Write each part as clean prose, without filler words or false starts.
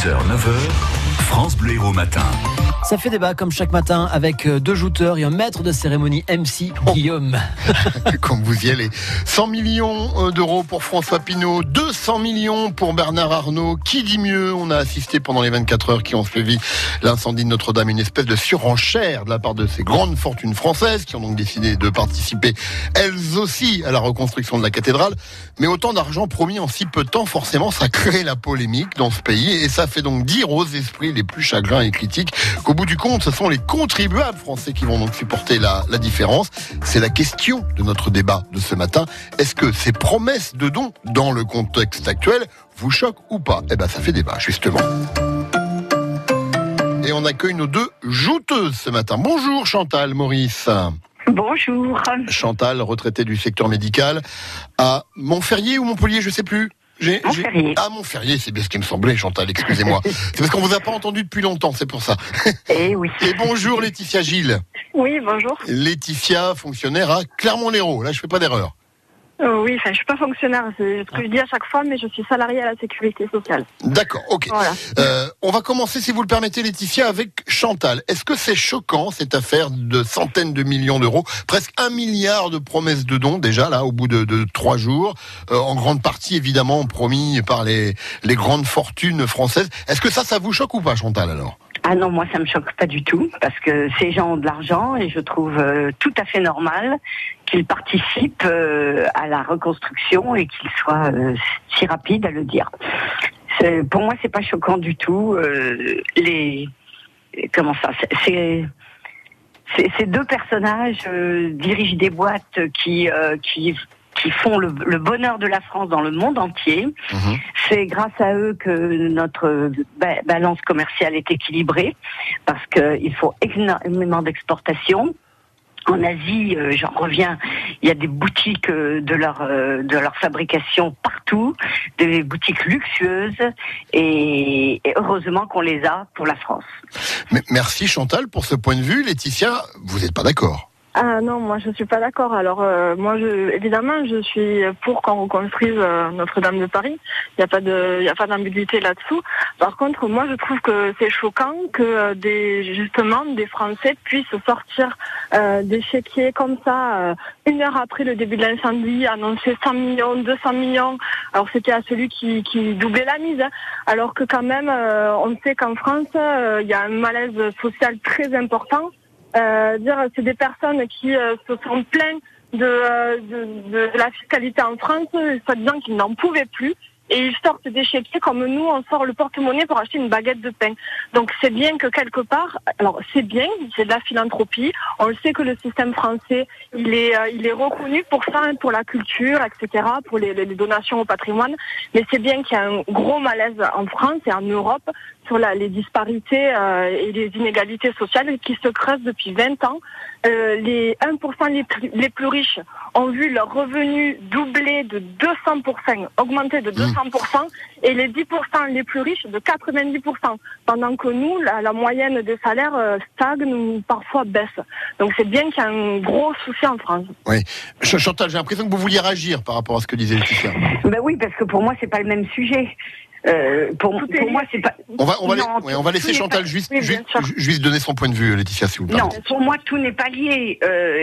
9h, France Bleu Héros Matin. Ça fait débat comme chaque matin avec deux jouteurs et un maître de cérémonie MC, Guillaume. Comme vous y allez. 100 millions d'euros pour François Pinault, 200 millions pour Bernard Arnault. Qui dit mieux? On a assisté pendant les 24 heures qui ont suivi l'incendie de Notre-Dame, une espèce de surenchère de la part de ces grandes fortunes françaises qui ont donc décidé de participer elles aussi à la reconstruction de la cathédrale. Mais autant d'argent promis en si peu de temps, forcément, ça crée la polémique dans ce pays et ça fait donc dire aux esprits les plus chagrins et critiques qu'au bout du compte, ce sont les contribuables français qui vont donc supporter la différence. C'est la question de notre débat de ce matin. Est-ce que ces promesses de dons, dans le contexte actuel, vous choquent ou pas? Eh ben, ça fait débat, justement. Et on accueille nos deux jouteuses ce matin. Bonjour Chantal, Maurice. Bonjour. Chantal, retraitée du secteur médical à Montferrier ou Montpellier, je sais plus. Montferrier. Ah, Montferrier, c'est bien ce qui me semblait, Chantal, excusez-moi. C'est parce qu'on vous a pas entendu depuis longtemps, c'est pour ça. Eh oui. Et bonjour Laetitia Gilles. Oui, bonjour. Laetitia, fonctionnaire à Clermont-Lérault. Là, je fais pas d'erreur. Oui, enfin, je suis pas fonctionnaire, c'est ce que je dis à chaque fois, mais je suis salariée à la sécurité sociale. D'accord, ok. Voilà. On va commencer, si vous le permettez, Laetitia, avec Chantal. Est-ce que c'est choquant, cette affaire de centaines de millions d'euros, presque 1 milliard de promesses de dons, déjà, là, au bout de 3 jours, en grande partie, évidemment, promis par les grandes fortunes françaises. Est-ce que ça vous choque ou pas, Chantal, alors ? Ah non, moi ça me choque pas du tout, parce que ces gens ont de l'argent et je trouve tout à fait normal qu'ils participent à la reconstruction et qu'ils soient si rapides à le dire. Pour moi, c'est pas choquant du tout. Ces deux personnages dirigent des boîtes qui font le bonheur de la France dans le monde entier. Mmh. C'est grâce à eux que notre balance commerciale est équilibrée, parce qu'il faut énormément d'exportation. En Asie, j'en reviens, il y a des boutiques de leur fabrication partout, des boutiques luxueuses, et heureusement qu'on les a pour la France. Mais merci Chantal pour ce point de vue. Laetitia, vous n'êtes pas d'accord? Ah non, moi je suis pas d'accord. Alors évidemment, je suis pour qu'on reconstruise Notre-Dame de Paris. Il y a pas d'ambiguïté là-dessous. Par contre, moi je trouve que c'est choquant que des Français puissent sortir des chéquiers comme ça 1 heure après le début de l'incendie, annoncer 100 millions, 200 millions. Alors c'était à celui qui doublait la mise, hein. Alors que quand même, on sait qu'en France, il y a un malaise social très important. C'est des personnes qui se sont plaintes de la fiscalité en France, soi-disant qu'ils n'en pouvaient plus, et ils sortent des chéquiers comme nous, on sort le porte-monnaie pour acheter une baguette de pain. Donc c'est bien que quelque part, alors c'est bien, c'est de la philanthropie, on le sait que le système français, il est reconnu pour ça, hein, pour la culture, etc., pour les donations au patrimoine, mais c'est bien qu'il y a un gros malaise en France et en Europe sur les disparités et les inégalités sociales qui se creusent depuis 20 ans. Les 1% les plus riches ont vu leur revenu doubler de 200%, augmenter de 200%, et les 10% les plus riches de 90%, pendant que nous, la moyenne des salaires stagne ou parfois baisse. Donc c'est bien qu'il y a un gros souci en France. Oui. Chantal, j'ai l'impression que vous vouliez réagir par rapport à ce que disait Laetitia. Ben oui, parce que pour moi, c'est pas le même sujet. Pour moi, c'est pas. On va laisser Chantal juste donner son point de vue, Laetitia, s'il vous plaît. Non, pour moi, tout n'est pas lié.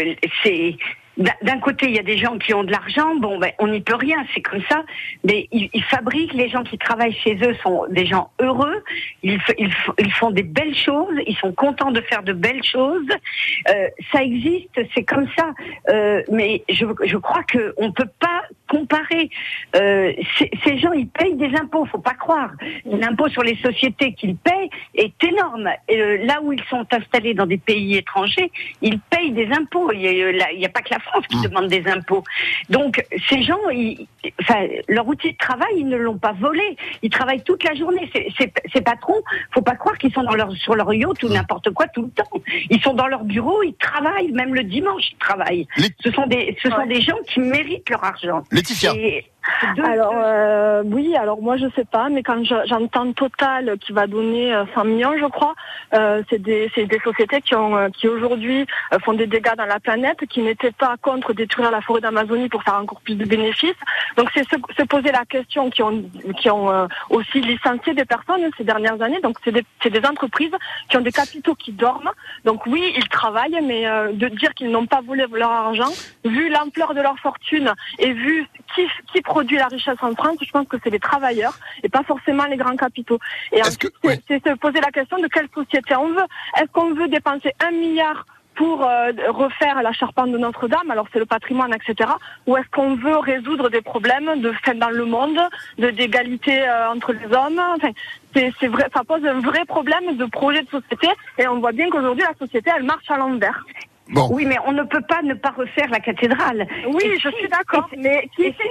D'un côté, il y a des gens qui ont de l'argent, on n'y peut rien, c'est comme ça, mais ils fabriquent, les gens qui travaillent chez eux sont des gens heureux, ils font des belles choses, ils sont contents de faire de belles choses, ça existe, c'est comme ça, mais je crois qu'on peut pas comparer. Ces gens, ils payent des impôts, faut pas croire. L'impôt sur les sociétés qu'ils payent est énorme. Là où ils sont installés dans des pays étrangers, ils payent des impôts. Il y a pas que la France qui demande des impôts. Donc ces gens, leur outil de travail, ils ne l'ont pas volé. Ils travaillent toute la journée. Ces patrons, faut pas croire qu'ils sont sur leur yacht ou n'importe quoi tout le temps. Ils sont dans leur bureau, ils travaillent, même le dimanche ils travaillent. Ce sont des gens qui méritent leur argent. Laetitia. Alors oui, alors moi je sais pas, mais quand j'entends Total qui va donner 100 millions, je crois, c'est des sociétés qui aujourd'hui font des dégâts dans la planète, qui n'étaient pas contre détruire la forêt d'Amazonie pour faire encore plus de bénéfices. Donc c'est se poser la question, qui ont aussi licencié des personnes ces dernières années. Donc c'est des entreprises qui ont des capitaux qui dorment. Donc oui, ils travaillent, mais de dire qu'ils n'ont pas volé leur argent, vu l'ampleur de leur fortune et vu qui produit la richesse en France, je pense que c'est les travailleurs et pas forcément les grands capitaux. Et ensuite, c'est se poser la question de quelle société on veut. Est-ce qu'on veut dépenser 1 milliard pour refaire la charpente de Notre-Dame, alors c'est le patrimoine, etc. Ou est-ce qu'on veut résoudre des problèmes de fait dans le monde, d'égalité entre les hommes? Enfin, c'est vrai, ça pose un vrai problème de projet de société, et on voit bien qu'aujourd'hui la société elle marche à l'envers. Bon. Oui, mais on ne peut pas ne pas refaire la cathédrale. Oui, je suis d'accord. Mais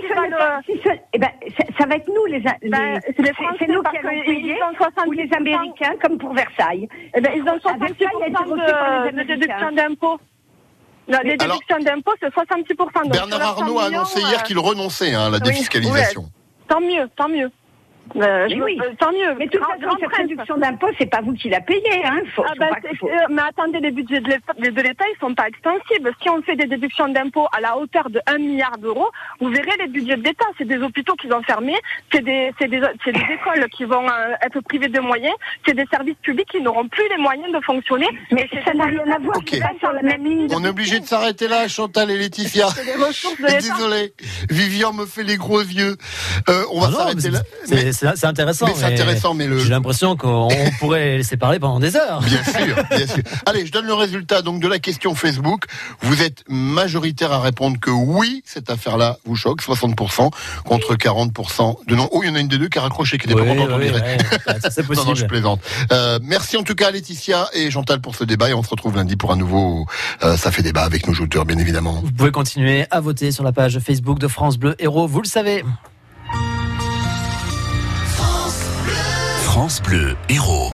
ça va être nous c'est Français, c'est nous qui allons payer, ou les Américains, comme pour Versailles. Ils ont 66% de déduction d'impôts. Les déductions d'impôts, c'est 66%. Bernard Arnault a annoncé hier qu'il renonçait à la défiscalisation. Ouais. Tant mieux. Oui. Tant mieux. Mais toute cette réduction d'impôts, c'est pas vous qui la payez, hein. Mais attendez, les budgets de l'État, ils sont pas extensibles. Si on fait des déductions d'impôts à la hauteur de 1 milliard d'euros, vous verrez les budgets de l'État. C'est des hôpitaux qui vont fermer, c'est des écoles qui vont être privées de moyens, c'est des services publics qui n'auront plus les moyens de fonctionner. Mais ça n'a rien à voir. Okay. Pas sur la même ligne. On est obligé de s'arrêter là, Chantal et Laetitia. C'est des ressources de l'État. Désolé, Vivian me fait les gros yeux. On va s'arrêter là. C'est intéressant. Mais c'est intéressant, mais j'ai l'impression qu'on pourrait laisser parler pendant des heures. Bien sûr. Allez, je donne le résultat donc de la question Facebook. Vous êtes majoritaire à répondre que oui, cette affaire-là vous choque, 60% contre 40% de non. Oh, il y en a une des deux qui a raccroché, qui n'était pas contente, on dirait. C'est possible. Non, je plaisante. Merci en tout cas à Laetitia et Chantal pour ce débat, et on se retrouve lundi pour un nouveau Ça fait débat avec nos jouteurs, bien évidemment. Vous pouvez continuer à voter sur la page Facebook de France Bleu Héros, vous le savez. France Bleu Héros.